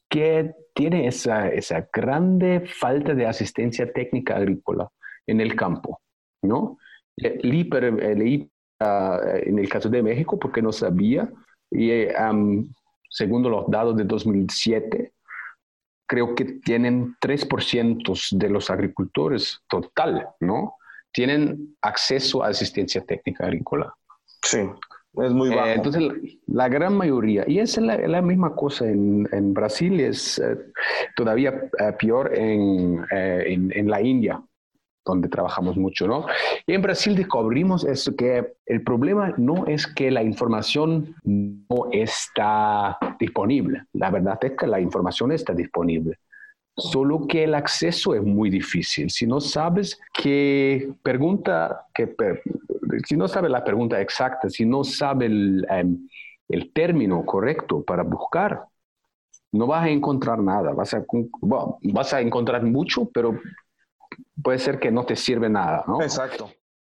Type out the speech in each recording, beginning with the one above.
que tiene esa grande falta de asistencia técnica agrícola en el campo, ¿no? Leí en el caso de México porque no sabía, y según los datos de 2007, creo que tienen 3% de los agricultores total, ¿no? Tienen acceso a asistencia técnica agrícola. Sí, es muy bajo. Entonces, la gran mayoría, y es la misma cosa en Brasil, es todavía peor en la India, donde trabajamos mucho, ¿no? Y en Brasil descubrimos eso, que el problema no es que la información no está disponible. La verdad es que la información está disponible. Solo que el acceso es muy difícil. Si no sabes si no sabes la pregunta exacta, si no sabes el término correcto para buscar, no vas a encontrar nada. Vas a encontrar mucho, pero puede ser que no te sirve nada, ¿no? Exacto.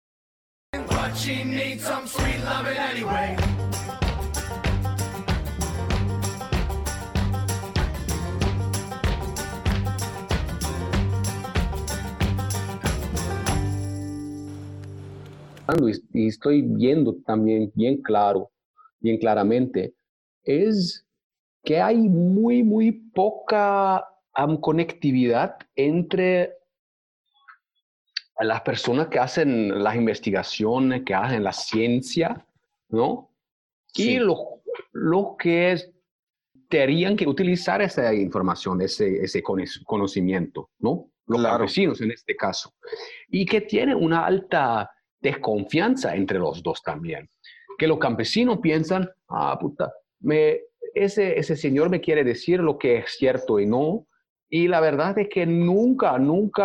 Y estoy viendo también bien claramente, es que hay muy poca conectividad entre las personas que hacen las investigaciones, que hacen la ciencia, ¿no? Sí. Y los que tendrían que utilizar esa información, ese conocimiento, ¿no? Los Claro. campesinos en este caso. Y que tienen una alta desconfianza entre los dos también. Que los campesinos piensan, puta, ese señor me quiere decir lo que es cierto y no. Y la verdad es que nunca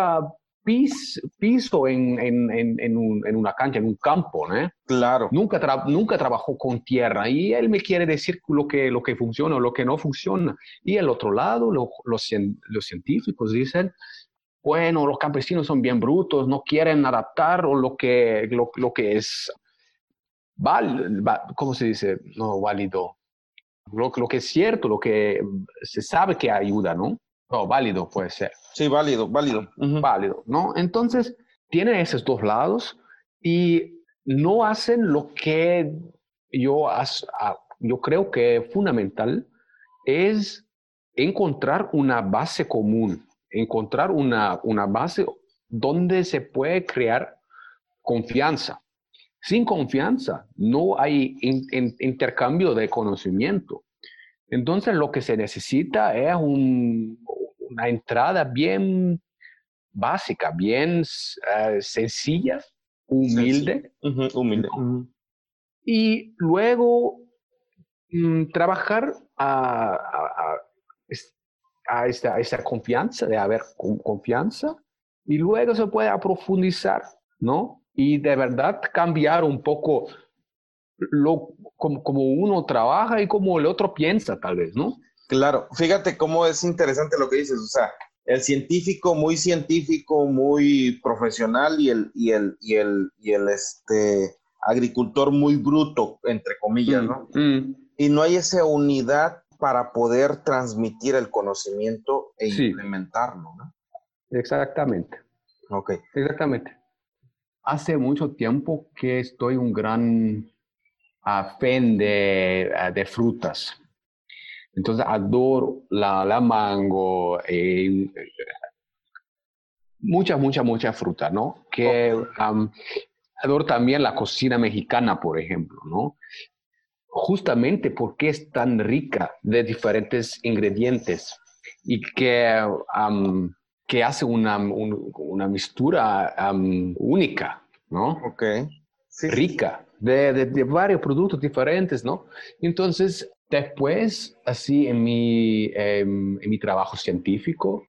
piso en una cancha, en un campo, ¿no? Claro. Nunca trabajó con tierra y él me quiere decir lo que funciona o lo que no funciona. Y al otro lado, los científicos dicen, bueno, los campesinos son bien brutos, no quieren adaptar o lo que es ¿cómo se dice? No, válido. Lo que es cierto, lo que se sabe que ayuda, ¿no? No, válido puede ser. Sí, válido. Uh-huh. Válido, ¿no? Entonces, tienen esos dos lados y no hacen lo que yo creo que es fundamental es encontrar una base común, encontrar una base donde se puede crear confianza. Sin confianza no hay intercambio de conocimiento. Entonces lo que se necesita es una entrada bien básica, bien sencilla, humilde. Humilde. ¿No? Y luego trabajar a esa confianza, de haber confianza, y luego se puede profundizar, ¿no? Y de verdad cambiar un poco como uno trabaja y como el otro piensa, tal vez, ¿no? Claro, fíjate cómo es interesante lo que dices, o sea, el científico, muy profesional y el agricultor muy bruto, entre comillas, ¿no? Y no hay esa unidad para poder transmitir el conocimiento e sí, implementarlo, ¿no? Exactamente. Ok. Exactamente. Hace mucho tiempo que estoy un gran fan de frutas. Entonces adoro la mango, mucha fruta, ¿no? Adoro también la cocina mexicana, por ejemplo, ¿no? Justamente porque es tan rica de diferentes ingredientes y que hace una mixtura única, ¿no? Ok. Sí. Rica, de varios productos diferentes, ¿no? Entonces, después, así en mi trabajo científico,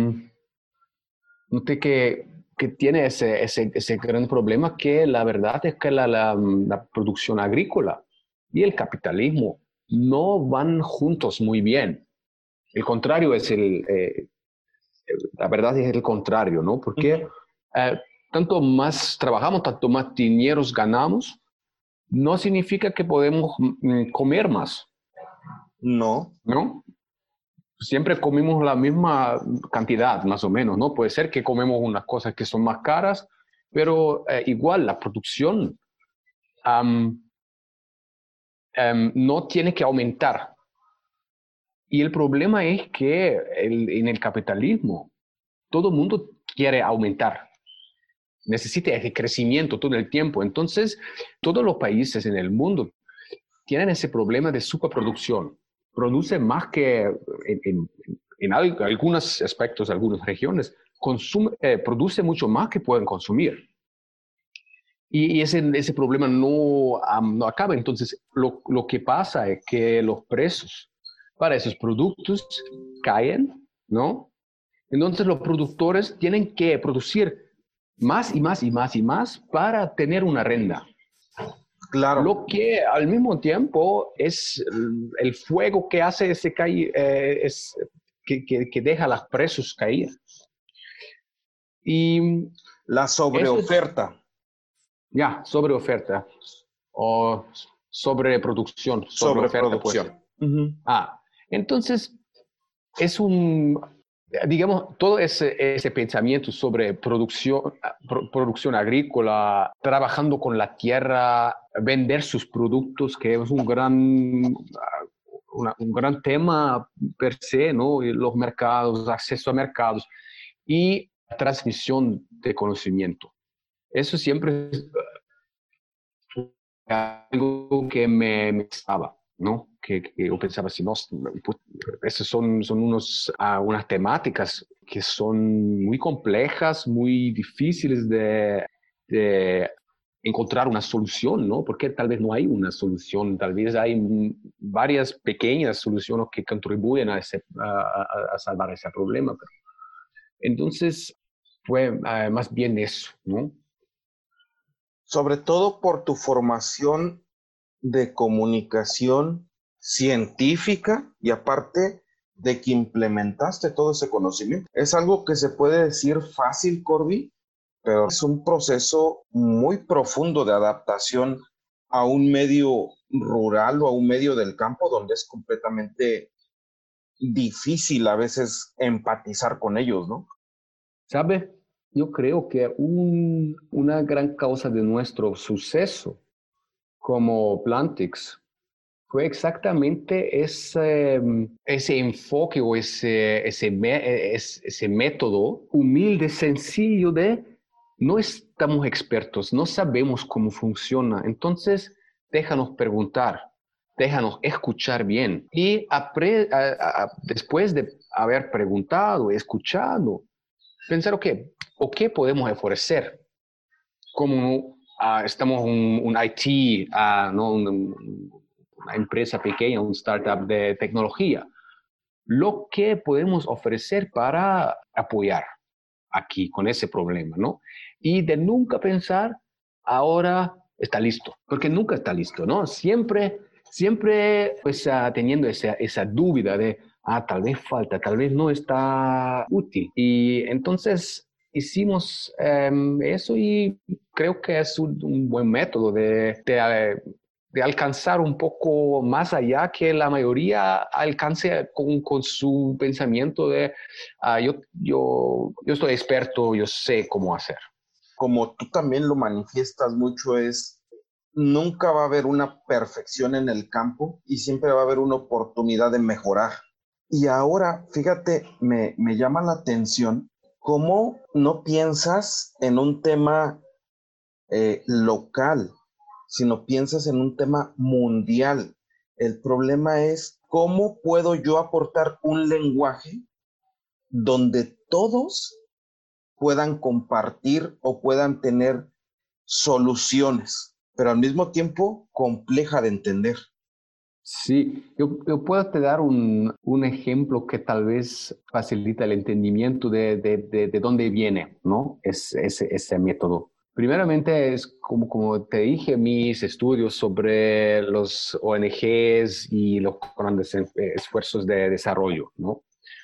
noté que tiene ese gran problema que la verdad es que la producción agrícola y el capitalismo no van juntos muy bien. El contrario la verdad es el contrario, ¿no? Porque tanto más trabajamos, tanto más dinero ganamos, no significa que podemos comer más. No. ¿No? siempre comemos la misma cantidad, más o menos, ¿no? Puede ser que comemos unas cosas que son más caras, pero igual la producción no tiene que aumentar. Y el problema es que en el capitalismo todo el mundo quiere aumentar, necesita ese crecimiento todo el tiempo. Entonces, todos los países en el mundo tienen ese problema de superproducción. Producen más que en algunos aspectos, algunas regiones, produce mucho más que pueden consumir. Y ese problema no acaba. Entonces, lo que pasa es que los precios para esos productos caen, ¿no? Entonces, los productores tienen que producir más y más y más y más para tener una renta. Claro. Lo que al mismo tiempo es el fuego que hace que deja los precios caer. Y la sobreoferta. Sobreoferta o sobreproducción. Sobreproducción. Entonces es digamos, todo ese pensamiento sobre producción agrícola, trabajando con la tierra, vender sus productos, que es un gran tema per se, ¿no? Y los mercados, acceso a mercados y transmisión de conocimiento. Eso siempre es algo que me estaba, ¿no? Que yo pensaba así, no, esas son unas temáticas que son muy complejas, muy difíciles de encontrar una solución, ¿no? Porque tal vez no hay una solución, tal vez hay varias pequeñas soluciones que contribuyen a salvar ese problema. Entonces, fue más bien eso, ¿no? Sobre todo por tu formación de comunicación científica y aparte de que implementaste todo ese conocimiento. Es algo que se puede decir fácil, Corby, pero es un proceso muy profundo de adaptación a un medio rural o a un medio del campo donde es completamente difícil a veces empatizar con ellos, ¿no? ¿Sabe? Yo creo que una gran causa de nuestro suceso como Plantix fue exactamente ese enfoque o ese método humilde, sencillo de no estamos expertos, no sabemos cómo funciona, entonces déjanos preguntar, déjanos escuchar bien y después de haber preguntado, escuchado, pensar, ¿o qué podemos ofrecer? Como estamos un IT, ¿no? Una empresa pequeña, un startup de tecnología. Lo que podemos ofrecer para apoyar aquí con ese problema, ¿no? Y de nunca pensar, ahora está listo, porque nunca está listo, ¿no? Siempre pues teniendo esa duda de, tal vez falta, tal vez no está útil. Y entonces hicimos eso y creo que es un buen método de alcanzar un poco más allá que la mayoría alcance con su pensamiento de yo estoy experto, yo sé cómo hacer. Como tú también lo manifiestas mucho, nunca va a haber una perfección en el campo y siempre va a haber una oportunidad de mejorar. Y ahora, fíjate, me llama la atención cómo no piensas en un tema local, sino piensas en un tema mundial. El problema es cómo puedo yo aportar un lenguaje donde todos puedan compartir o puedan tener soluciones, pero al mismo tiempo compleja de entender. Sí, yo puedo te dar un ejemplo que tal vez facilita el entendimiento de dónde viene, ¿no? Ese método. Primeramente, es como te dije, mis estudios sobre los ONGs y los grandes esfuerzos de desarrollo, ¿no?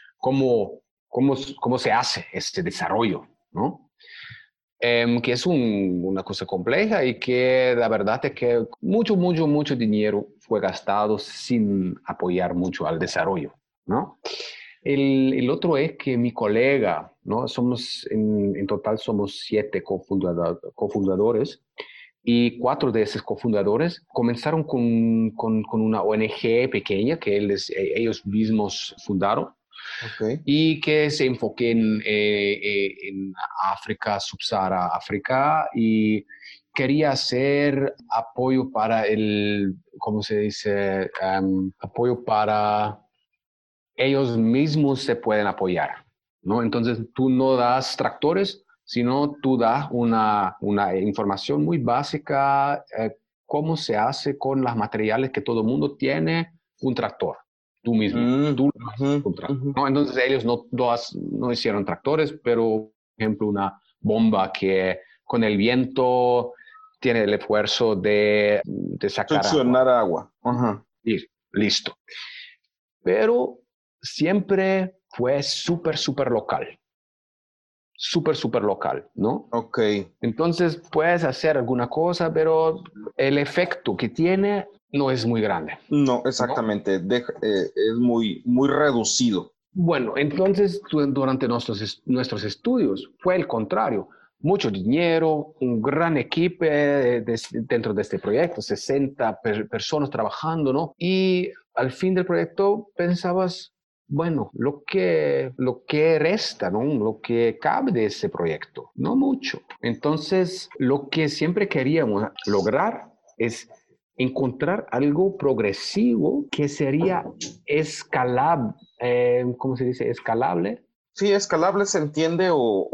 ¿Cómo se hace este desarrollo, ¿no? Que es una cosa compleja y que la verdad es que mucho dinero fue gastado sin apoyar mucho al desarrollo, ¿no? El otro es que mi colega, ¿no? En total somos 7 cofundadores y 4 de esos cofundadores comenzaron con una ONG pequeña que ellos mismos fundaron Ok. y que se enfoque en África, Subsahara África, y quería hacer apoyo para ¿cómo se dice? Apoyo para ellos mismos se pueden apoyar, ¿no? Entonces tú no das tractores, sino tú das una información muy básica, cómo se hace con los materiales que todo el mundo tiene un tractor, tú mismo, Mm, tú lo ujú, haces un tractor, ujú. ¿no? Entonces ellos no hicieron tractores, pero, por ejemplo, una bomba que con el viento tiene el esfuerzo de sacar agua. Succionar agua. Ajá. Y listo. Pero siempre fue súper local, súper local, ¿no? Ok. Entonces puedes hacer alguna cosa, pero el efecto que tiene no es muy grande, No, ¿no? exactamente. Es muy, muy reducido. Bueno, entonces durante nuestros estudios fue el contrario. Mucho dinero, un gran equipo dentro de este proyecto, 60 personas trabajando, ¿no? Y al fin del proyecto pensabas, bueno, lo que resta, ¿no? Lo que cabe de ese proyecto, no mucho. Entonces, lo que siempre queríamos lograr es encontrar algo progresivo que sería escalable, ¿cómo se dice? Escalable. Sí, escalable se entiende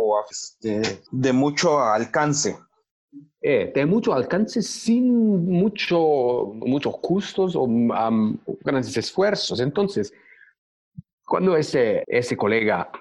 de mucho alcance. De mucho alcance sin muchos costos o grandes esfuerzos. Entonces, cuando ese colega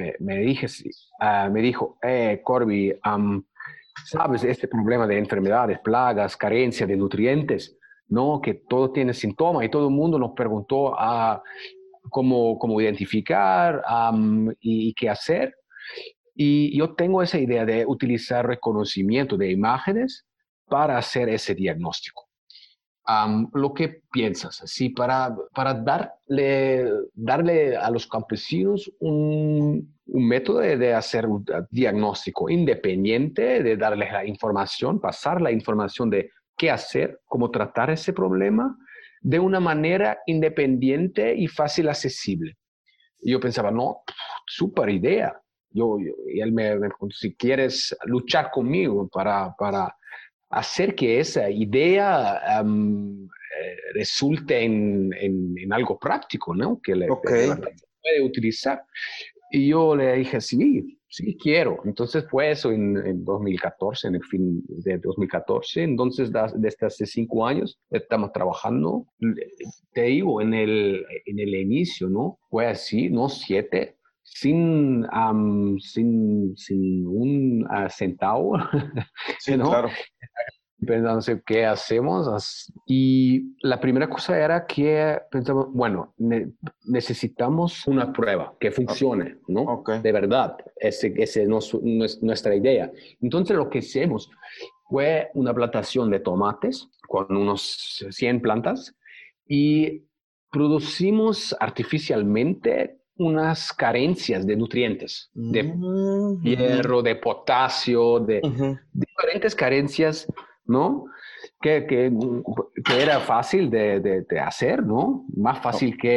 me dijo, Corby, ¿sabes? Este problema de enfermedades, plagas, carencia de nutrientes, ¿no? Que todo tiene síntomas y todo el mundo nos preguntó cómo identificar y qué hacer. Y yo tengo esa idea de utilizar reconocimiento de imágenes para hacer ese diagnóstico. Lo que piensas, así para darle a los campesinos un método de hacer un diagnóstico independiente, de darles la información, pasar la información de qué hacer, cómo tratar ese problema de una manera independiente y fácil accesible. Y yo pensaba, no, súper idea. Y él me preguntó si quieres luchar conmigo para hacer que esa idea resulte en algo práctico, ¿no? Ok. De verdad se puede utilizar. Y yo le dije, sí quiero. Entonces fue eso en 2014, en el fin de 2014. Entonces, desde hace 5 años estamos trabajando. Te digo, en el inicio, ¿no? Fue así, ¿no? 7, sin un centavo, Sí, ¿no? claro. Pensando qué hacemos. Y la primera cosa era que pensamos, bueno, necesitamos una prueba que O- funcione, ¿no? Ok. De verdad, ese no es nuestra idea. Entonces lo que hicimos fue una plantación de tomates con unos 100 plantas y producimos artificialmente unas carencias de nutrientes, de Mm, ujú, hierro, de potasio, de ujú. diferentes carencias, ¿no? Que era fácil de hacer, ¿no? Más O- fácil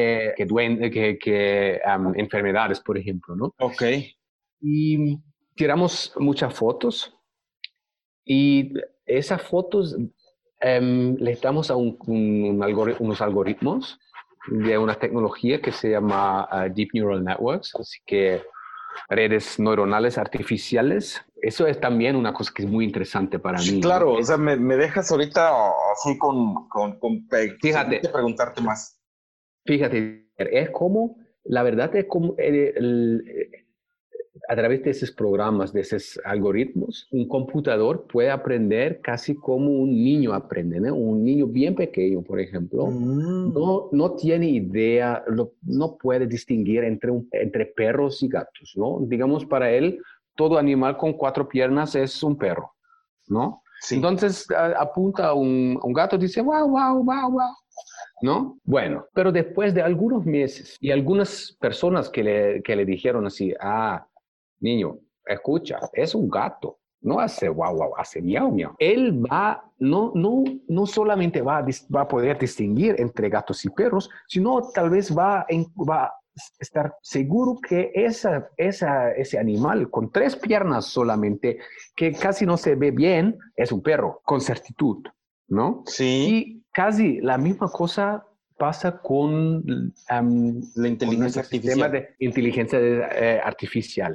que enfermedades, por ejemplo, ¿no? ok. Y tiramos muchas fotos y esas fotos les damos a unos algoritmos de una tecnología que se llama Deep Neural Networks, así que redes neuronales artificiales. Eso es también una cosa que es muy interesante para Sí, mí, ¿no? claro. O sea, me dejas ahorita así seguirte Fíjate, preguntarte más. fíjate, es como, la verdad es como a través de esos programas, de esos algoritmos, un computador puede aprender casi como un niño aprende, ¿no? Un niño bien pequeño, por ejemplo, Mm, no tiene idea, no puede distinguir entre perros y gatos, ¿no? Digamos, para él, todo animal con 4 piernas es un perro, ¿no? sí. Entonces apunta a un gato y dice, wow, wow, wow, wow. ¿no? Bueno, pero después de algunos meses y algunas personas que le dijeron así, niño, escucha, es un gato. No hace guau, guau, hace miau, miau. Él no solamente va a poder distinguir entre gatos y perros, sino tal vez va a estar seguro que ese animal con 3 piernas solamente, que casi no se ve bien, es un perro, con certitud, ¿no? Sí, Y casi la misma cosa pasa la con inteligencia nuestro sistema artificial. de inteligencia artificial.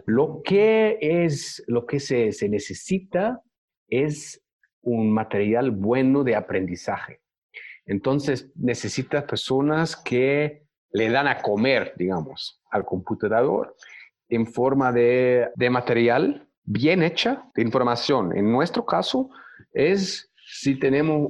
Lo que se necesita es un material bueno de aprendizaje. Entonces, necesitas personas que le dan a comer, digamos, al computador en forma de material bien hecha, de información. En nuestro caso, es si tenemos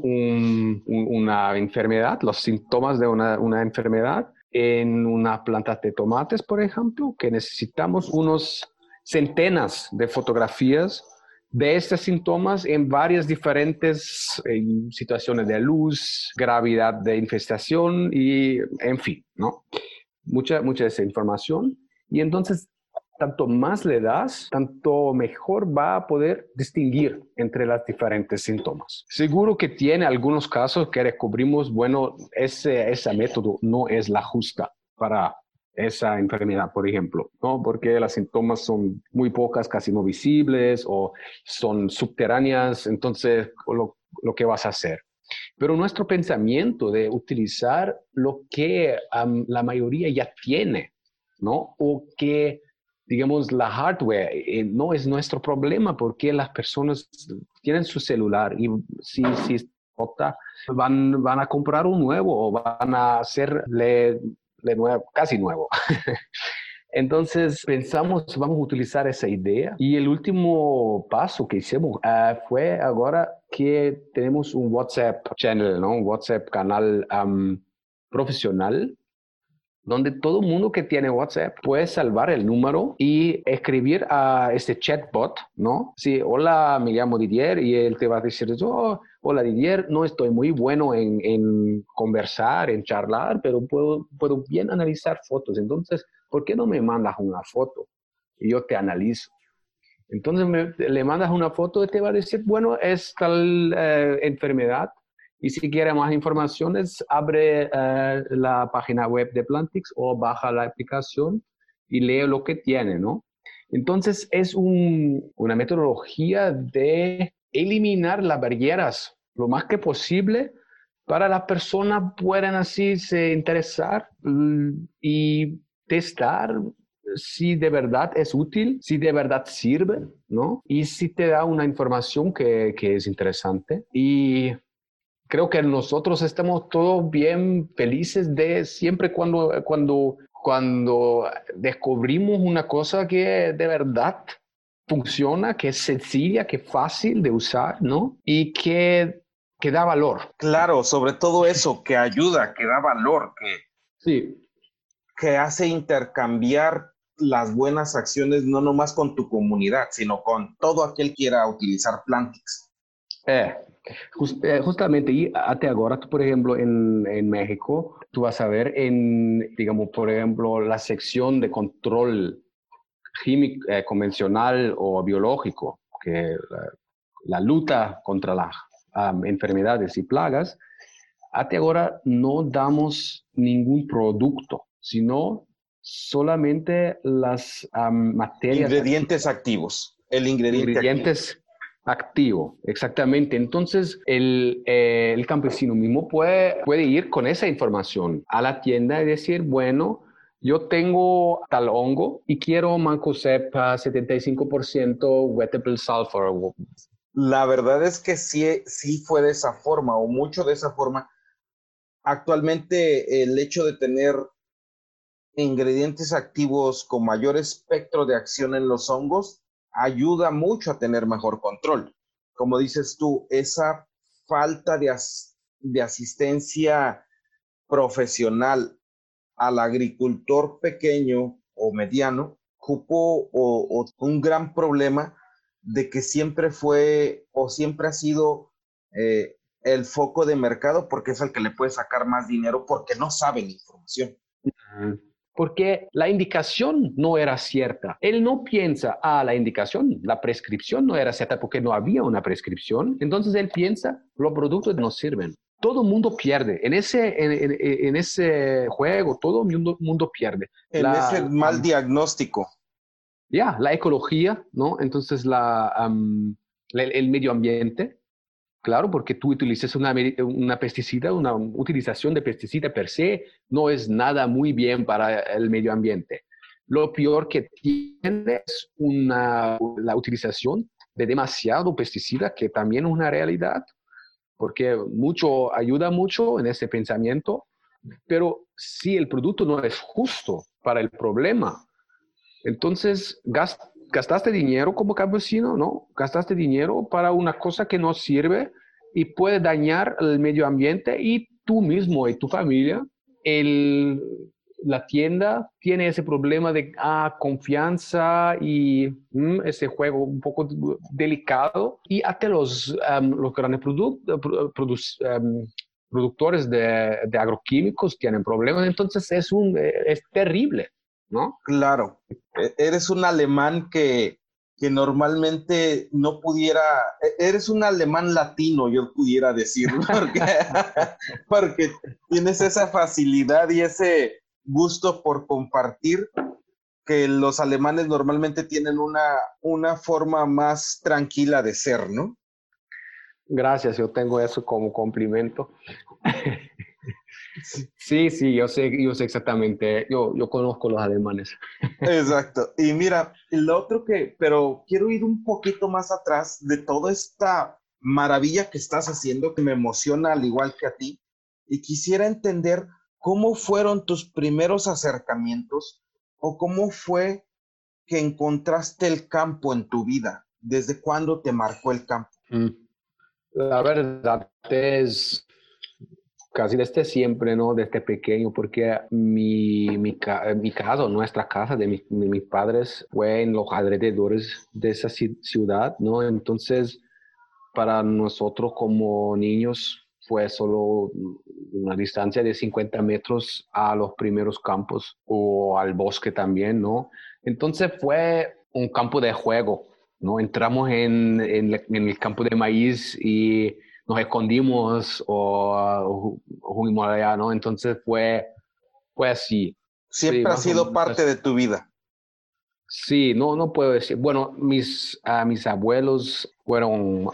una enfermedad, los síntomas de una enfermedad en una planta de tomates, por ejemplo, que necesitamos unos centenas de fotografías de estos síntomas en varias diferentes situaciones de luz, gravedad de infestación y, en fin, ¿no? Mucha de esa información. Y entonces, tanto más le das, tanto mejor va a poder distinguir entre los diferentes síntomas. Seguro que tiene algunos casos que descubrimos, bueno, ese método no es la justa para esa enfermedad, por ejemplo, ¿no? Porque los síntomas son muy pocas, casi no visibles o son subterráneas, entonces lo que vas a hacer. Pero nuestro pensamiento de utilizar lo que la mayoría ya tiene, ¿no? O que, digamos, la hardware no es nuestro problema porque las personas tienen su celular y si van a comprar un nuevo o van a hacerle nuevo, casi nuevo. Entonces pensamos, vamos a utilizar esa idea y el último paso que hicimos fue ahora que tenemos un WhatsApp channel, ¿no? Un WhatsApp canal profesional donde todo el mundo que tiene WhatsApp puede salvar el número y escribir a este chatbot, ¿no? Sí, hola, me llamo Didier y él te va a decir, hola Didier, no estoy muy bueno en conversar, en charlar, pero puedo bien analizar fotos. Entonces, ¿por qué no me mandas una foto? Y yo te analizo. Entonces le mandas una foto y te va a decir, bueno, es tal enfermedad. Y si quiere más informaciones, abre la página web de Plantix o baja la aplicación y lee lo que tiene, ¿no? Entonces es una metodología de eliminar las barreras lo más que posible para las personas puedan así se interesar y testar si de verdad es útil, si de verdad sirve, ¿no? Y si te da una información que es interesante. Y creo que nosotros estamos todos bien felices de siempre cuando descubrimos una cosa que de verdad funciona, que es sencilla, que es fácil de usar, ¿no? Y que da valor. Claro, sobre todo eso, que ayuda, que da valor, Sí, que hace intercambiar las buenas acciones no nomás con tu comunidad, sino con todo aquel que quiera utilizar Plantix. é. Justamente, y hasta ahora, tú, por ejemplo, en México, tú vas a ver digamos, por ejemplo, la sección de control químico, convencional o biológico, que la lucha contra las enfermedades y plagas, hasta ahora no damos ningún producto, sino solamente las materias Ingredientes activos, el ingrediente activo. ingredientes activo, exactamente. Entonces, el campesino mismo puede ir con esa información a la tienda y decir, bueno, yo tengo tal hongo y quiero Mancozeb 75% wettable sulfur. La verdad es que sí fue de esa forma, o mucho de esa forma. Actualmente el hecho de tener ingredientes activos con mayor espectro de acción en los hongos ayuda mucho a tener mejor control. Como dices tú, esa falta de asistencia profesional al agricultor pequeño o mediano cupo o un gran problema de que siempre fue o siempre ha sido el foco de mercado porque es el que le puede sacar más dinero porque no sabe la información. Porque la indicación no era cierta. Él no piensa, la indicación, la prescripción no era cierta porque no había una prescripción. Entonces él piensa, los productos no sirven. Todo el mundo pierde. En ese juego, todo el mundo pierde. En ese mal diagnóstico. La ecología, ¿no? Entonces el medio ambiente. Claro, porque tú utilizas una pesticida, una utilización de pesticida per se no es nada muy bien para el medio ambiente. Lo peor que tiene es la utilización de demasiado pesticida, que también es una realidad, porque ayuda mucho en ese pensamiento, pero si el producto no es justo para el problema, entonces gastaste dinero como campesino, ¿no? Gastaste dinero para una cosa que no sirve y puede dañar el medio ambiente y tú mismo y tu familia. La tienda tiene ese problema de confianza y ese juego un poco delicado. Y hasta los grandes productores de agroquímicos tienen problemas. Entonces es terrible, ¿no? Claro, eres un alemán que normalmente no pudiera, eres un alemán latino, yo pudiera decir, porque tienes esa facilidad y ese gusto por compartir que los alemanes normalmente tienen una forma más tranquila de ser, ¿no? Gracias, yo tengo eso como complemento. Sí, yo sé exactamente, yo conozco los alemanes. Exacto. Y mira, lo otro pero quiero ir un poquito más atrás de toda esta maravilla que estás haciendo, que me emociona al igual que a ti, y quisiera entender cómo fueron tus primeros acercamientos o cómo fue que encontraste el campo en tu vida. ¿Desde cuándo te marcó el campo? La verdad es casi desde siempre, ¿no? Desde pequeño, porque mi casa, nuestra casa de mis padres fue en los alrededores de esa ciudad, ¿no? Entonces, para nosotros como niños fue solo una distancia de 50 metros a los primeros campos o al bosque también, ¿no? Entonces fue un campo de juego, ¿no? Entramos en el campo de maíz y nos escondimos o jugamos allá, ¿no? Entonces fue así. Sí, Siempre ha más o sido menos parte así. de tu vida. Sí, no puedo decir. Bueno, mis abuelos fueron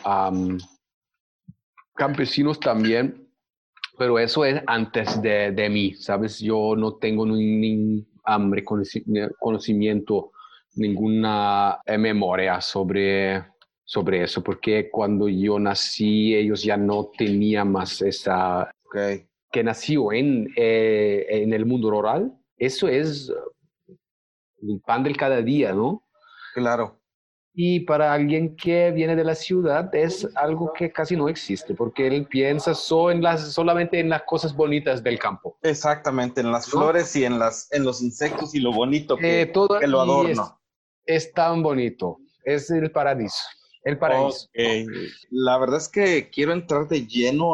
campesinos también, pero eso es antes de mí, ¿sabes? Yo no tengo ningún conocimiento, ninguna memoria sobre eso, porque cuando yo nací, ellos ya no tenían más esa, Okay. que nació en el mundo rural. Eso es el pan del cada día, ¿no? Claro. Y para alguien que viene de la ciudad es algo que casi no existe, porque él piensa solamente en las cosas bonitas del campo, Exactamente, en las ¿no? flores y en los insectos y lo bonito Todo que lo y adorna. es tan bonito, es el Ok, paraíso, ¿no? la verdad es que quiero entrar de lleno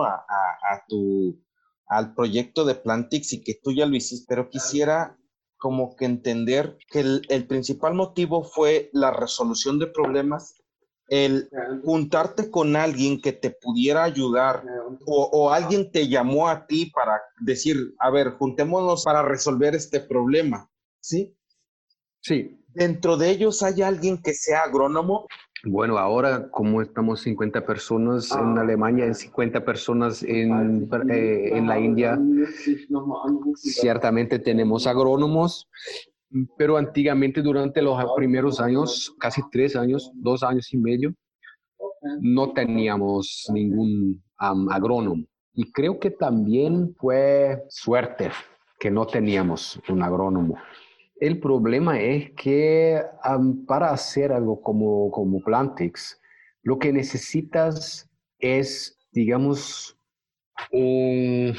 al proyecto de Plantix y que tú ya lo hiciste, pero quisiera como que entender que el principal motivo fue la resolución de problemas, el juntarte con alguien que te pudiera ayudar o alguien te llamó a ti para decir, a ver, juntémonos para resolver este problema, ¿sí? Sí. Dentro de ellos hay alguien que sea agrónomo. Bueno, ahora como estamos 50 personas en Alemania, en 50 personas en la India, ciertamente tenemos agrónomos, pero antiguamente durante los primeros años, casi 3 años, 2 años y medio, no teníamos ningún agrónomo. Y creo que también fue suerte que no teníamos un agrónomo. El problema es que para hacer algo como Plantix, lo que necesitas es, digamos, un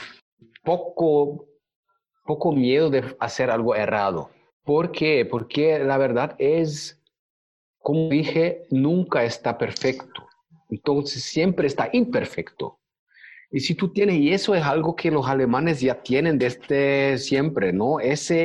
poco miedo de hacer algo errado. ¿Por qué? Porque la verdad es, como dije, nunca está perfecto. Entonces siempre está imperfecto. Y si tú tienes, y eso es algo que los alemanes ya tienen desde siempre, ¿no?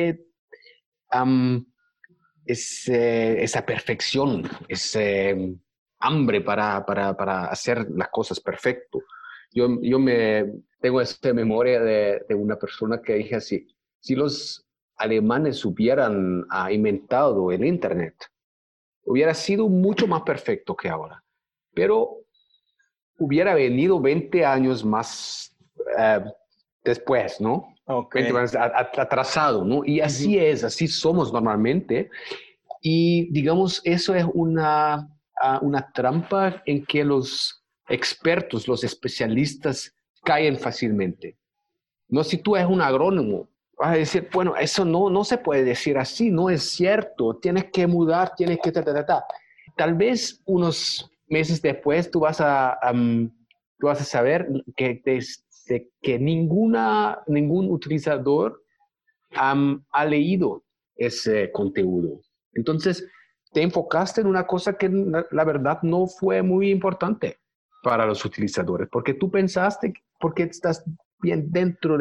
Am, esa perfección, ese hambre para hacer las cosas perfecto. Yo me tengo esta memoria de una persona que dije así, si los alemanes hubieran inventado el Internet, hubiera sido mucho más perfecto que ahora, pero hubiera venido 20 años más después, ¿no? Ok. 20 años atrasado, ¿no? Y así Ujú. es, así somos normalmente. Y digamos, eso es una trampa en que los expertos, los especialistas caen fácilmente. No, si tú eres un agrónomo, vas a decir, bueno, eso no se puede decir así, no es cierto, tienes que mudar, tienes que ta. Tal vez unos meses después tú vas a saber que ningún utilizador ha leído ese contenido. Entonces, te enfocaste en una cosa que la verdad no fue muy importante para los utilizadores, porque tú pensaste, porque estás bien dentro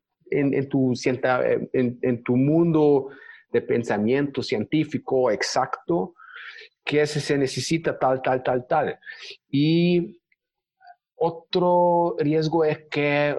en tu mundo de pensamiento científico exacto, que se necesita tal. Y otro riesgo es que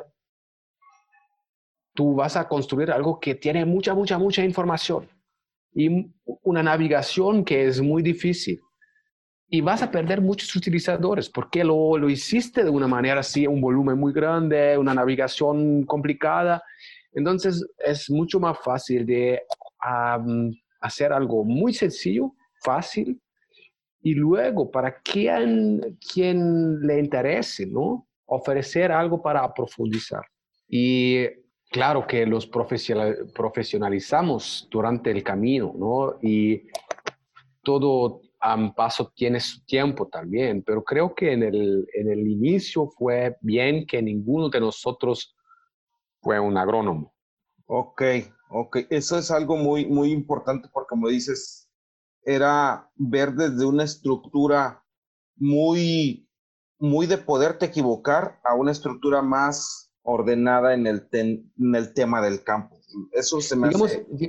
tú vas a construir algo que tiene mucha información y una navegación que es muy difícil. Y vas a perder muchos utilizadores porque lo hiciste de una manera así, un volumen muy grande, una navegación complicada. Entonces es mucho más fácil de hacer algo muy sencillo, fácil, y luego para quien le interese, ¿no? Ofrecer algo para profundizar. Y claro que los profesionalizamos durante el camino, ¿no? Y todo paso tiene su tiempo también, pero creo que en el inicio fue bien que ninguno de nosotros fue un agrónomo. Ok, ok. Eso es algo muy, muy importante porque, como dices, era ver desde una estructura muy, muy de poderte equivocar a una estructura más ordenada en el tema del campo. Eso se me Digamos, hace,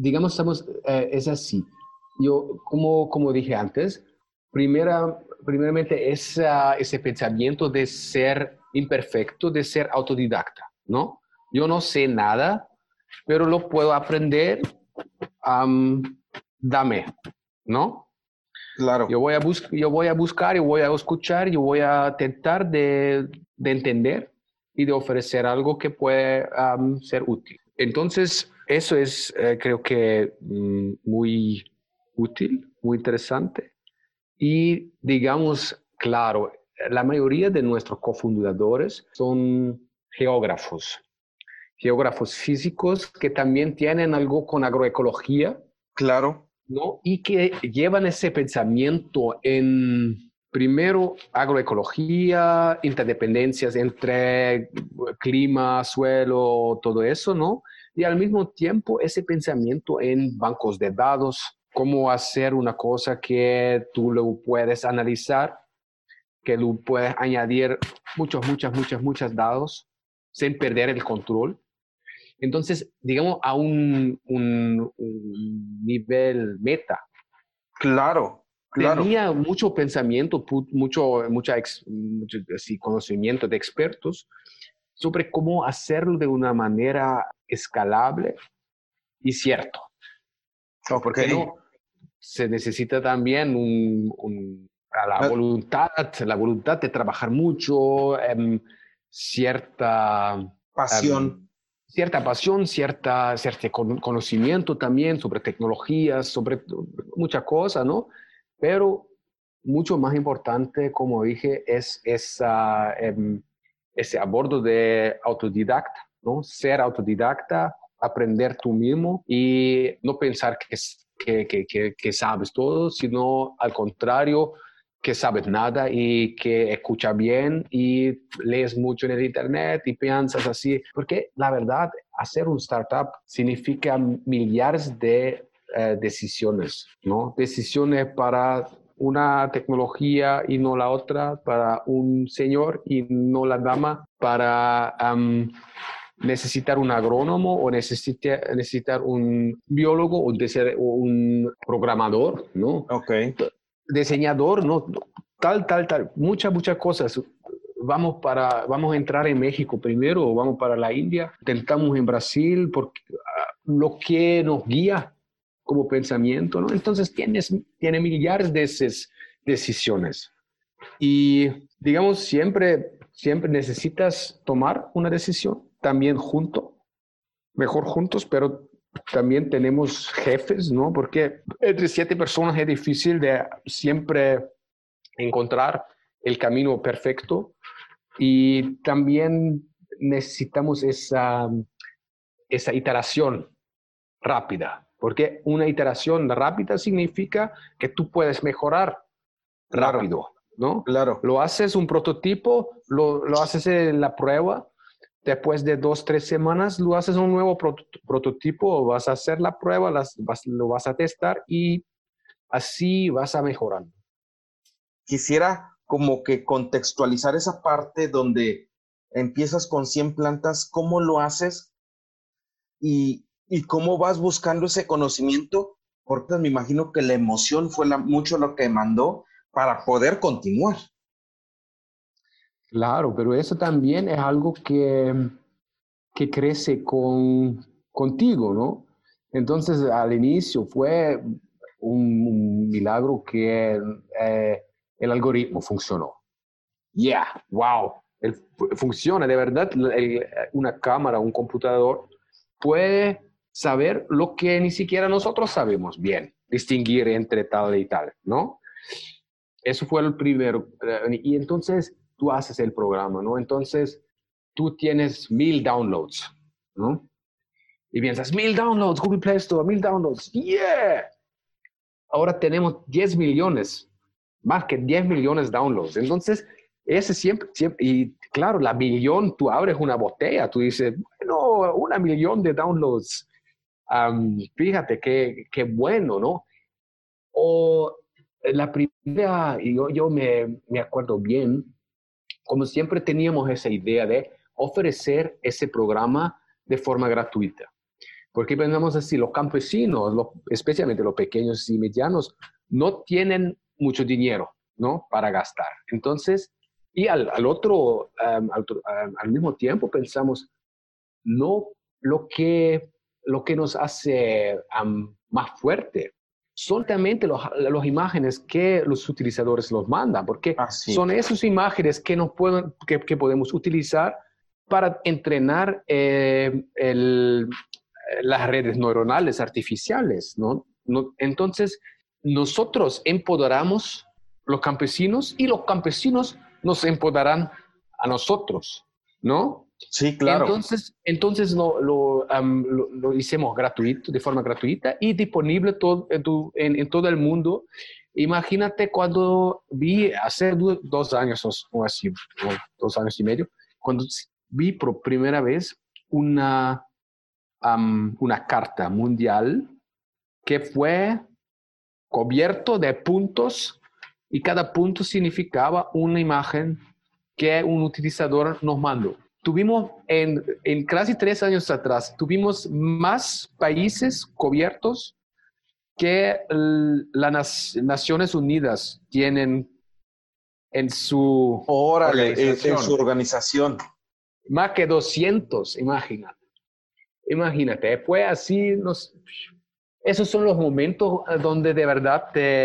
es así. Yo, como dije antes, primeramente ese pensamiento de ser imperfecto, de ser autodidacta, ¿no? Yo no sé nada, pero lo puedo aprender, am, dame, ¿no? claro. Yo voy a buscar, yo voy a escuchar, yo voy a intentar de entender y de ofrecer algo que puede ser útil. Entonces, eso es, creo que, muy útil, muy interesante. Y digamos, claro, la mayoría de nuestros cofundadores son geógrafos, geógrafos físicos que también tienen algo con agroecología, Claro, ¿no? Y que llevan ese pensamiento en, primero, agroecología, interdependencias entre clima, suelo, todo eso, ¿no? Y al mismo tiempo ese pensamiento en bancos de datos, cómo hacer una cosa que tú lo puedes analizar, que tú puedes añadir muchos datos sin perder el control. Entonces, digamos, a un nivel meta, claro, claro. tenía mucho pensamiento, mucho así, conocimiento de expertos sobre cómo hacerlo de una manera escalable y cierto. Ok. Porque no, se necesita también a Ah, la voluntad de trabajar mucho, cierta, pasión. em, cierta pasión, cierto conocimiento también sobre tecnologías, sobre muchas cosas, ¿no? Pero mucho más importante, como dije, es ese abordo de autodidacta, ¿no? Ser autodidacta, aprender tú mismo y no pensar que sabes todo, sino al contrario, que sabes nada y que escuchas bien y lees mucho en el internet y piensas así, porque la verdad, hacer un startup significa millares de decisiones, ¿no? Decisiones para una tecnología y no la otra, para un señor y no la dama, para necesitar un agrónomo o necesitar un biólogo o un programador, ¿no? Ok. Diseñador, ¿no? Tal, muchas cosas. Vamos a entrar en México primero o vamos para la India, intentamos en Brasil, porque lo que nos guía como pensamiento, ¿no? Entonces tiene millares de esas decisiones. Y digamos, siempre necesitas tomar una decisión, también mejor juntos, pero también tenemos jefes, ¿no? Porque entre 7 personas es difícil de siempre encontrar el camino perfecto y también necesitamos esa iteración rápida, porque una iteración rápida significa que tú puedes mejorar Claro, rápido, ¿no? claro. Lo haces un prototipo, lo haces en la prueba, después de 2, 3 semanas lo haces un nuevo prototipo, vas a hacer la prueba, lo vas a testar y así vas a mejorar. Quisiera como que contextualizar esa parte donde empiezas con 100 plantas, ¿cómo lo haces y cómo vas buscando ese conocimiento? Porque me imagino que la emoción fue mucho lo que mandó para poder continuar. Claro, pero eso también es algo que crece contigo, ¿no? Entonces, al inicio fue un milagro que el algoritmo funcionó. Yeah, wow, funciona de verdad. Una cámara, un computador puede saber lo que ni siquiera nosotros sabemos bien, distinguir entre tal y tal, ¿no? Eso fue el primero. Y entonces tú haces el programa, ¿no? Entonces tú tienes 1000 downloads, ¿no? Y piensas, 1000 downloads, Google Play Store, 1000 downloads, yeah. Ahora tenemos 10 millones, más que 10 millones de downloads. Entonces, ese siempre, y claro, la millón, tú abres una botella, tú dices, bueno, 1 millón de downloads. Fíjate qué bueno, ¿no? O la primera, y yo me acuerdo bien, como siempre teníamos esa idea de ofrecer ese programa de forma gratuita. Porque pensamos así, los campesinos, especialmente los pequeños y medianos, no tienen mucho dinero, ¿no? Para gastar. Entonces, y al mismo tiempo pensamos, no lo que nos hace más fuerte son también las imágenes que los utilizadores nos mandan, porque Así. son esas imágenes que podemos utilizar para entrenar las redes neuronales artificiales, ¿no? Entonces, nosotros empoderamos los campesinos y los campesinos nos empoderarán a nosotros, ¿no? Sí, claro. Entonces lo hicimos gratuito, de forma gratuita y disponible en todo el mundo. Imagínate cuando vi hace 2 años o así, o 2 años y medio, cuando vi por primera vez una carta mundial que fue cubierto de puntos y cada punto significaba una imagen que un utilizador nos mandó. Tuvimos en casi 3 años atrás, tuvimos más países cubiertos que las Naciones Unidas tienen en su Órale, en su organización. organización. Más que 200, imagínate, fue así, esos son los momentos donde de verdad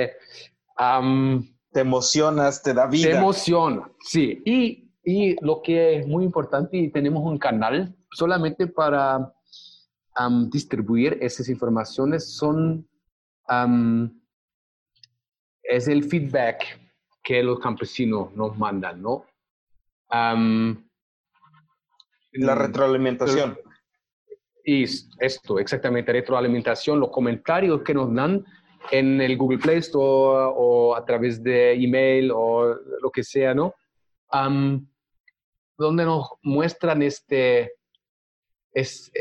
Te emocionas, te da te vida. emociona, sí. Y lo que es muy importante, y tenemos un canal solamente para distribuir esas informaciones, es el feedback que los campesinos nos mandan, ¿no? Am, La mm, retroalimentación. y esto, exactamente, retroalimentación, los comentarios que nos dan en el Google Play Store o a través de email o lo que sea, ¿no? Donde nos muestran es,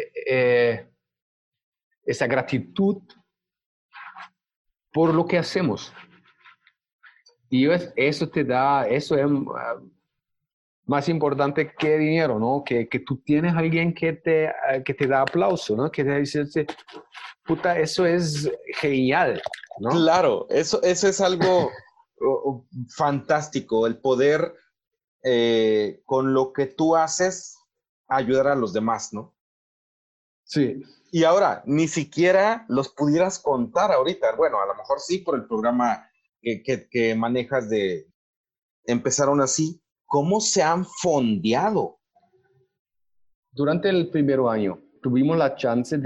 esa gratitud por lo que hacemos. Y eso te da, eso es más importante que dinero, ¿no? Que tú tienes a alguien que te da aplauso, ¿no? Que te dice, puta, eso es genial, ¿no? Claro, eso es algo fantástico, el poder con lo que tú haces ayudar a los demás, ¿no? Sí. Y ahora, ni siquiera los pudieras contar ahorita. Bueno, a lo mejor sí por el programa que manejas de empezaron así. ¿Cómo se han fondeado? Durante el primer año tuvimos la chance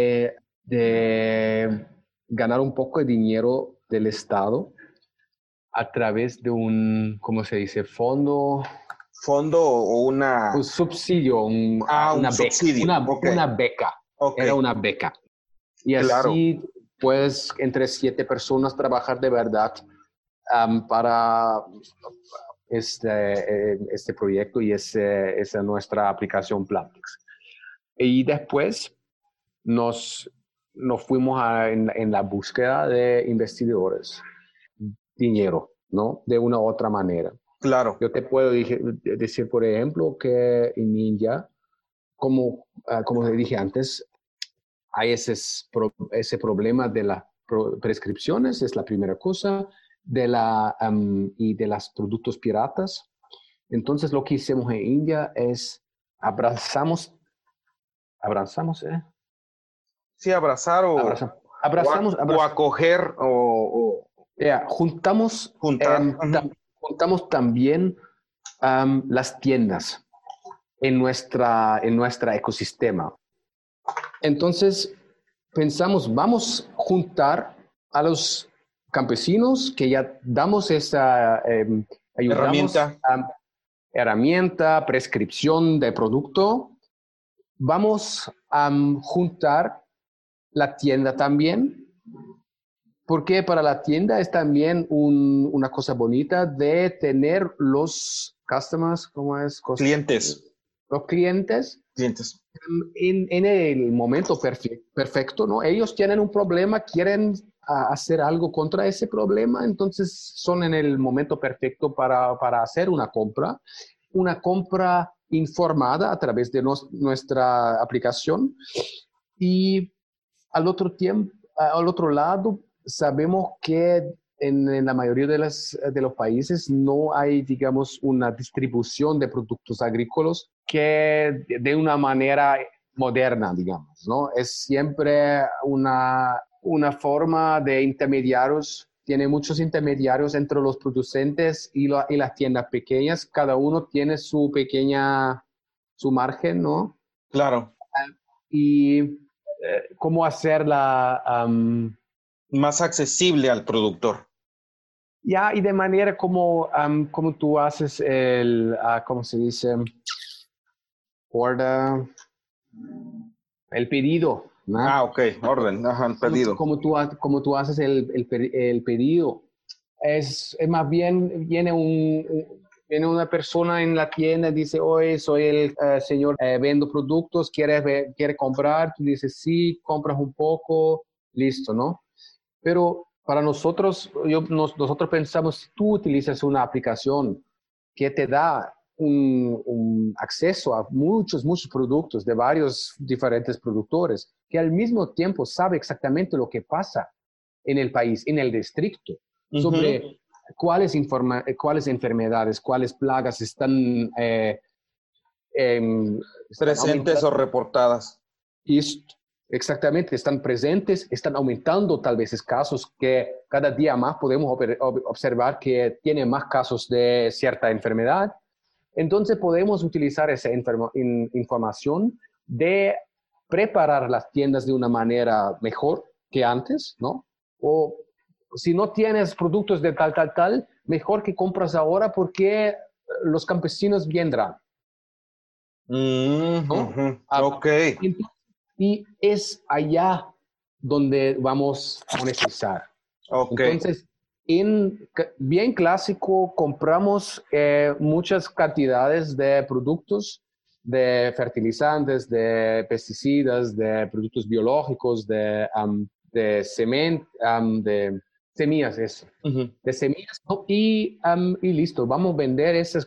de ganar un poco de dinero del Estado a través de un, ¿cómo se dice? Fondo, ¿Fondo o un una... subsidio, Ah, un una beca, subsidio. Ok, una beca, ok, era una beca. Y claro, así, pues, entre 7 personas trabajar de verdad para este proyecto y esa nuestra aplicación Plantix. Y después nos, nos fuimos en la búsqueda de investigadores, dinero, ¿no? De una u otra manera. claro. Yo te puedo decir, por ejemplo, que en Ninja, como te dije antes, hay ese problema de las prescripciones, es la primera cosa, y de los productos piratas. Entonces, lo que hicimos en India es abrazamos, Sí, abrazar abrazamos, o acoger o juntamos, juntar. Ujú. juntamos también las tiendas en nuestra ecosistema. Entonces, pensamos, vamos a juntar a los campesinos que ya damos ayudamos Herramienta. a herramienta, prescripción de producto. Vamos a juntar la tienda también, porque para la tienda es también una cosa bonita de tener los customers, ¿cómo es? Clientes. Los clientes Clientes. en el momento perfecto, ¿no? Ellos tienen un problema, quieren hacer algo contra ese problema, entonces son en el momento perfecto para hacer una compra informada a través de nuestra aplicación. Y al otro lado, sabemos que en la mayoría de los países no hay, digamos, una distribución de productos agrícolas que de una manera moderna, digamos, ¿no? Es siempre una forma de intermediarios, tiene muchos intermediarios entre los producentes y las tiendas pequeñas, cada uno tiene su margen, ¿no? Claro. Y cómo hacerla Más accesible al productor. ya y de manera como tú haces ¿cómo se dice? Order, el pedido, ¿no? Ah, ok. Orden. Ajá, el Como, pedido. como tú, como tú haces el pedido. Es más bien, viene una persona en la tienda y dice, oye, soy el señor, vendo productos, ¿quiere comprar? Tú dices, sí, compras un poco, listo, ¿no? Pero para nosotros, nosotros pensamos, si tú utilizas una aplicación que te da un acceso a muchos productos de varios diferentes productores, que al mismo tiempo sabe exactamente lo que pasa en el país, en el distrito, Ujú. sobre cuáles enfermedades, cuáles plagas están Presentes aumentando o reportadas. y exactamente, están presentes, están aumentando tal vez casos que cada día más podemos observar que tienen más casos de cierta enfermedad. Entonces podemos utilizar esa información de preparar las tiendas de una manera mejor que antes, ¿no? O si no tienes productos de tal, mejor que compras ahora porque los campesinos vendrán, Mm, ¿no? ujú. Ah, Ok, y es allá donde vamos a monetizar. ok. Entonces, bien clásico, compramos muchas cantidades de productos, de fertilizantes, de pesticidas, de productos biológicos, de cemento, Semillas, eso. Ujú. De semillas, ¿no? Y listo, vamos a vender esas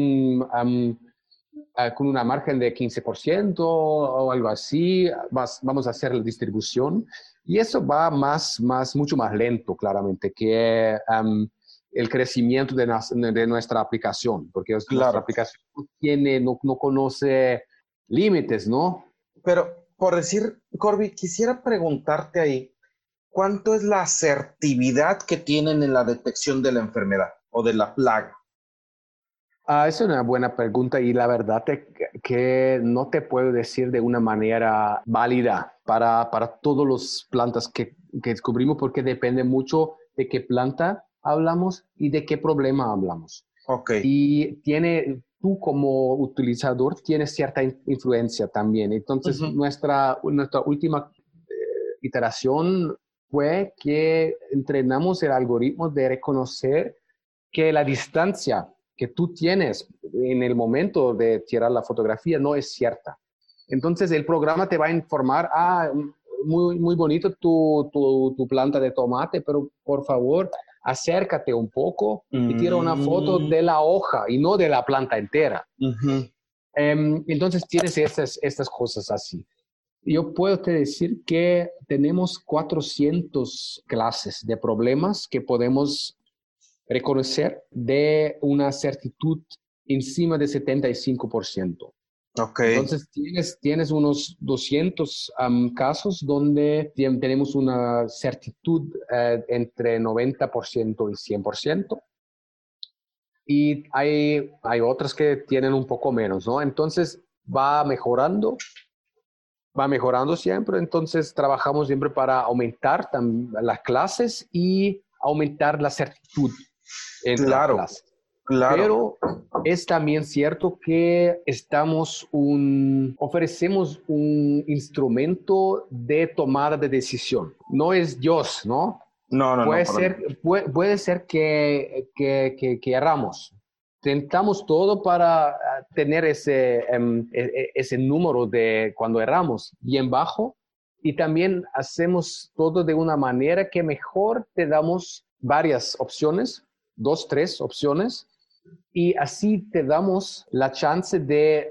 con una margen de 15% o algo así. Vamos a hacer la distribución y eso va mucho más lento, claramente, que el crecimiento de nuestra aplicación, porque nuestra Claro. aplicación no conoce límites, ¿no? Pero por decir, Corby, quisiera preguntarte ahí, ¿cuánto es la asertividad que tienen en la detección de la enfermedad o de la plaga? Es una buena pregunta y la verdad es que no te puedo decir de una manera válida para todas las plantas que descubrimos porque depende mucho de qué planta hablamos y de qué problema hablamos. Ok, Y tú como utilizador tienes cierta influencia también. Entonces, ujú, nuestra última iteración fue que entrenamos el algoritmo de reconocer que la distancia que tú tienes en el momento de tirar la fotografía no es cierta. Entonces el programa te va a informar, muy bonito tu planta de tomate, pero por favor acércate un poco y tira una foto mm, de la hoja y no de la planta entera. ujú. Entonces tienes estas cosas así. Yo puedo te decir que tenemos 400 clases de problemas que podemos reconocer de una certitud encima de 75%. Ok, Entonces, tienes unos 200 casos donde tenemos una certitud entre 90% y 100%. Y hay otras que tienen un poco menos, ¿no? Entonces, va mejorando siempre. Entonces, trabajamos siempre para aumentar las clases y aumentar la certitud entre las claro, clases. claro. Pero es también cierto que ofrecemos un instrumento de tomada de decisión. No es Dios, ¿no? No, no, no, Puede para nada. ser, puede ser que erramos. Tentamos todo para tener ese número de cuando erramos bien bajo y también hacemos todo de una manera que mejor te damos varias opciones, 2, 3 opciones, y así te damos la chance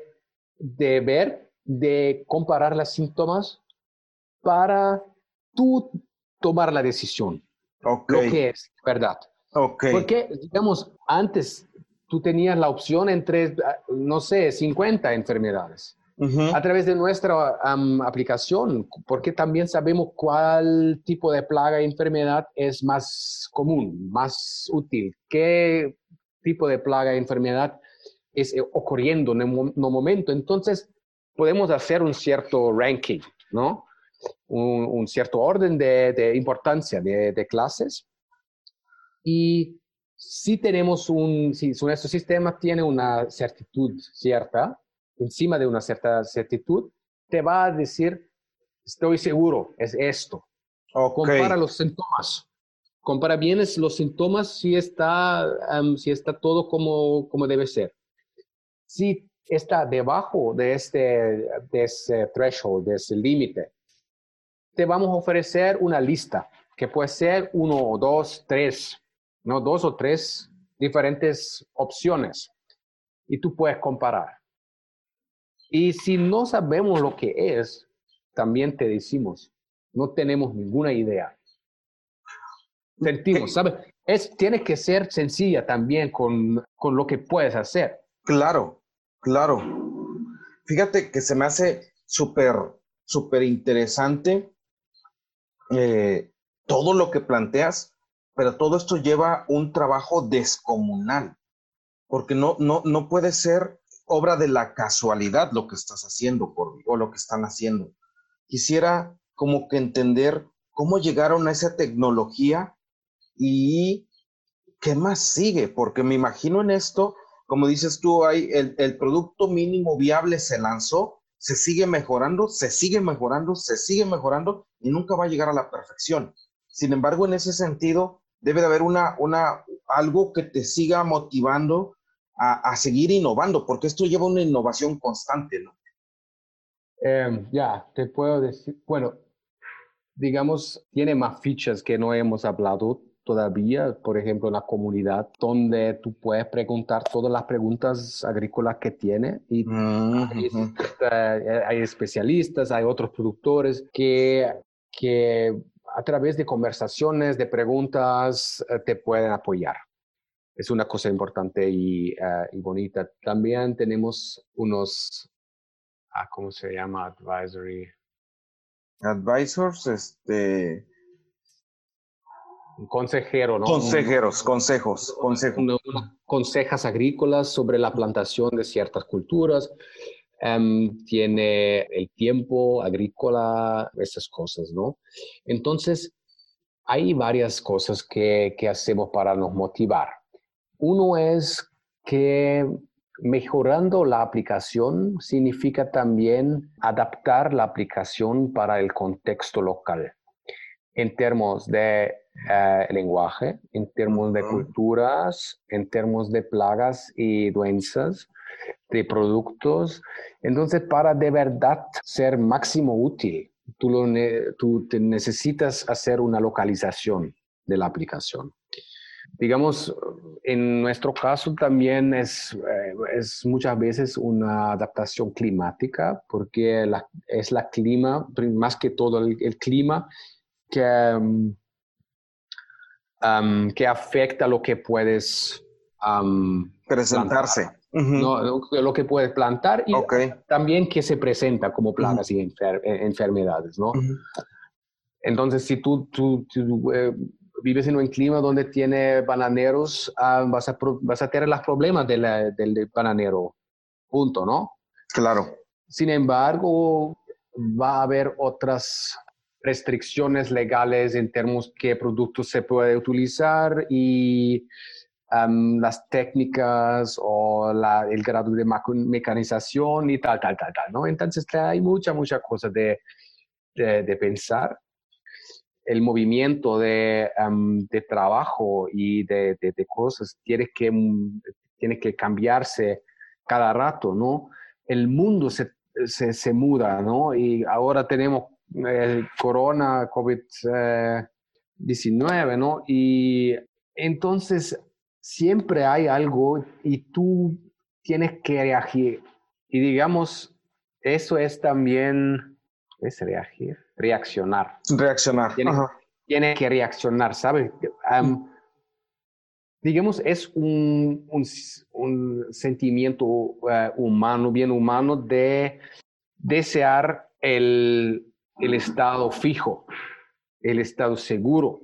de comparar los síntomas para tú tomar la decisión, Ok, lo que es verdad. ok. Porque, digamos, antes tú tenías la opción entre, no sé, 50 enfermedades. A Ujú. través de nuestra aplicación, porque también sabemos cuál tipo de plaga y enfermedad es más común, más útil, qué tipo de plaga y enfermedad es ocurriendo en un momento. Entonces, podemos hacer un cierto ranking, ¿no? Un cierto orden de importancia de clases y si nuestro sistema tiene una certitud cierta, encima de una cierta certitud, te va a decir, estoy seguro, es esto. Ok, Compara los síntomas. Compara bien los síntomas si está todo como debe ser. Si está debajo de ese threshold, de ese límite, te vamos a ofrecer una lista que puede ser uno o dos, tres, no dos o tres diferentes opciones y tú puedes comparar. Y si no sabemos lo que es, también te decimos, no tenemos ninguna idea. Sentimos, que- ¿sabes? Tiene que ser sencilla también con lo que puedes hacer. claro, claro. Fíjate que se me hace súper, súper interesante todo lo que planteas, pero todo esto lleva un trabajo descomunal, porque no puede ser obra de la casualidad lo que estás haciendo o lo que están haciendo. Quisiera como que entender cómo llegaron a esa tecnología y qué más sigue, porque me imagino en esto, como dices tú, hay el producto mínimo viable se lanzó, se sigue mejorando, se sigue mejorando, se sigue mejorando y nunca va a llegar a la perfección. Sin embargo, en ese sentido, debe de haber algo que te siga motivando a seguir innovando, porque esto lleva una innovación constante, ¿no? Ya, te puedo decir, bueno, digamos, tiene más fichas que no hemos hablado todavía, por ejemplo, la comunidad, donde tú puedes preguntar todas las preguntas agrícolas que tiene y hay, Ujú. hay especialistas, hay otros productores que a través de conversaciones, de preguntas, te pueden apoyar. Es una cosa importante y bonita. También tenemos unos, ¿cómo se llama? Advisory. Advisors, Un consejero, ¿no? consejos. Unas consejas agrícolas sobre la plantación de ciertas culturas. Tiene el tiempo agrícola, esas cosas, ¿no? Entonces, hay varias cosas que hacemos para nos motivar. Uno es que mejorando la aplicación significa también adaptar la aplicación para el contexto local en términos de lenguaje, en términos de culturas, en términos de plagas y doenças, de productos. Entonces, para de verdad ser máximo útil, tú te necesitas hacer una localización de la aplicación. Digamos, en nuestro caso también es muchas veces una adaptación climática, porque es la clima, más que todo el clima, que afecta lo que puedes Presentarse. plantar, ¿no? Lo que puedes plantar y Ok. también que se presenta como plagas y enfermedades, ¿no? Entonces, si tú vives en un clima donde tiene bananeros, vas a tener los problemas del bananero, punto, ¿no? Claro. Sin embargo, va a haber otras restricciones legales en términos qué productos se puede utilizar y las técnicas o el grado de mecanización y tal, ¿no? Entonces hay mucha cosa de pensar. El movimiento de trabajo y de cosas tiene que cambiarse cada rato, ¿no? El mundo se muda, ¿no? Y ahora tenemos corona, COVID-19, ¿no? Y entonces siempre hay algo y tú tienes que reagir. Y digamos, eso es también, es reagir, reaccionar. Reaccionar. Tiene, Ajá. tiene que reaccionar, ¿sabes? Digamos, es un sentimiento humano, bien humano, de desear el estado fijo, el estado seguro,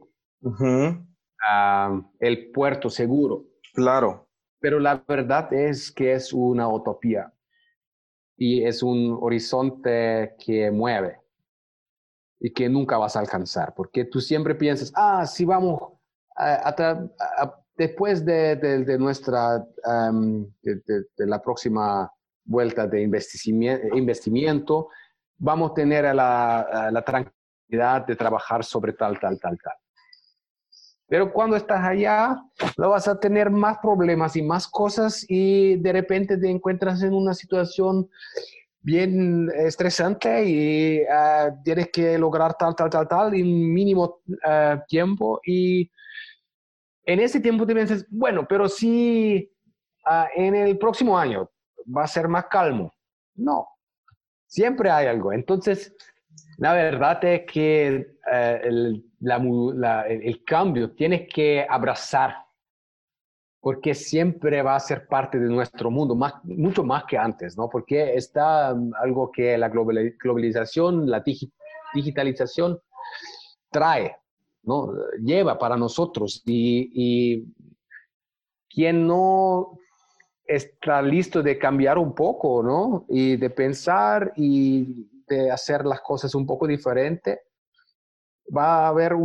el puerto seguro. Claro. Pero la verdad es que es una utopía y es un horizonte que mueve y que nunca vas a alcanzar, porque tú siempre piensas, si vamos después de nuestra, de la próxima vuelta de investimiento, vamos a tener la tranquilidad de trabajar sobre tal. Pero cuando estás allá, lo vas a tener más problemas y más cosas y de repente te encuentras en una situación bien estresante y tienes que lograr tal en mínimo tiempo y en ese tiempo te piensas, bueno, pero si en el próximo año va a ser más calmo. No, siempre hay algo. Entonces, la verdad es que el cambio tienes que abrazar porque siempre va a ser parte de nuestro mundo, mucho más que antes, ¿no? Porque está algo que la globalización, la digitalización trae, ¿no? Lleva para nosotros y quien no está listo de cambiar un poco, ¿no? Y de pensar y de hacer las cosas un poco diferente, va a haber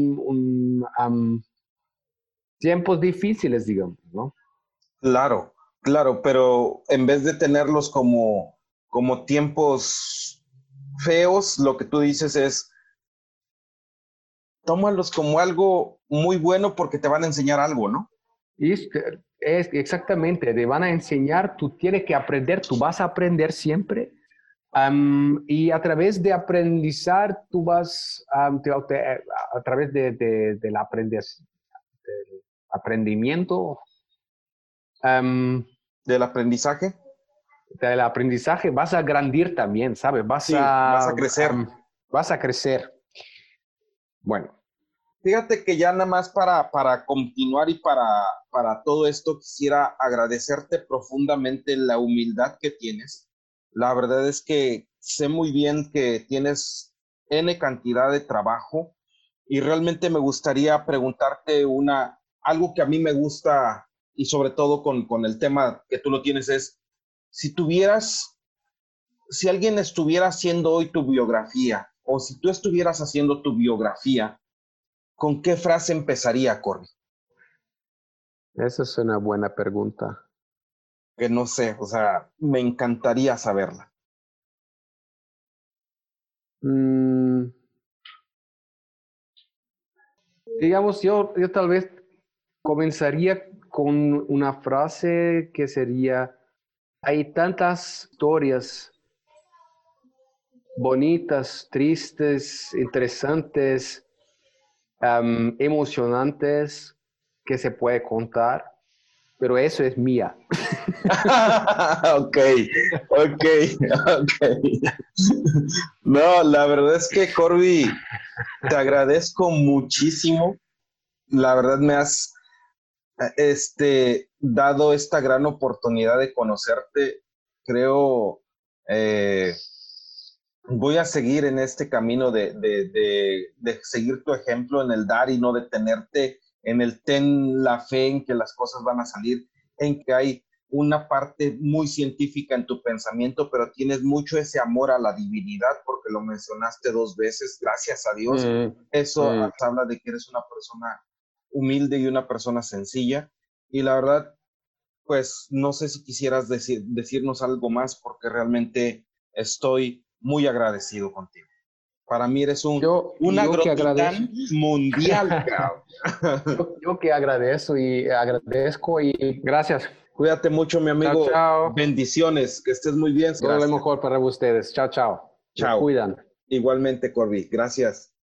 tiempos difíciles, digamos, ¿no? Claro, claro, pero en vez de tenerlos como tiempos feos, lo que tú dices es, tómalos como algo muy bueno porque te van a enseñar algo, ¿no? Y es exactamente, te van a enseñar, tú tienes que aprender, tú vas a aprender siempre, Y a través de aprendizar, tú vas, a través del del aprendimiento, ¿Del aprendizaje? del aprendizaje, vas a grandir también, ¿sabes? Sí, vas a crecer. Vas a crecer. Bueno. Fíjate que ya nada más para continuar y para todo esto, quisiera agradecerte profundamente la humildad que tienes. La verdad es que sé muy bien que tienes N cantidad de trabajo y realmente me gustaría preguntarte algo que a mí me gusta y sobre todo con el tema que tú lo tienes es, si alguien estuviera haciendo hoy tu biografía o si tú estuvieras haciendo tu biografía, ¿con qué frase empezaría, Corby? Esa es una buena pregunta. Que no sé, o sea, me encantaría saberla. Digamos, yo tal vez comenzaría con una frase que sería, hay tantas historias bonitas, tristes, interesantes, emocionantes que se puede contar, pero eso es mía. Ok. No, la verdad es que, Corby, te agradezco muchísimo. La verdad me has dado esta gran oportunidad de conocerte. Creo, voy a seguir en este camino de seguir tu ejemplo en el dar y no detenerte, en el ten la fe en que las cosas van a salir, en que hay una parte muy científica en tu pensamiento, pero tienes mucho ese amor a la divinidad, porque lo mencionaste 2 veces, gracias a Dios. Eso habla de que eres una persona humilde y una persona sencilla. Y la verdad, pues no sé si quisieras decirnos algo más, porque realmente estoy muy agradecido contigo. Para mí eres un agrotitán mundial, crowd. Yo que agradezco y gracias. Cuídate mucho, mi amigo. Chao, chao. Bendiciones, que estés muy bien. Todo lo mejor para ustedes. Chao, chao. Chao. Me cuidan. Igualmente, Corby. Gracias.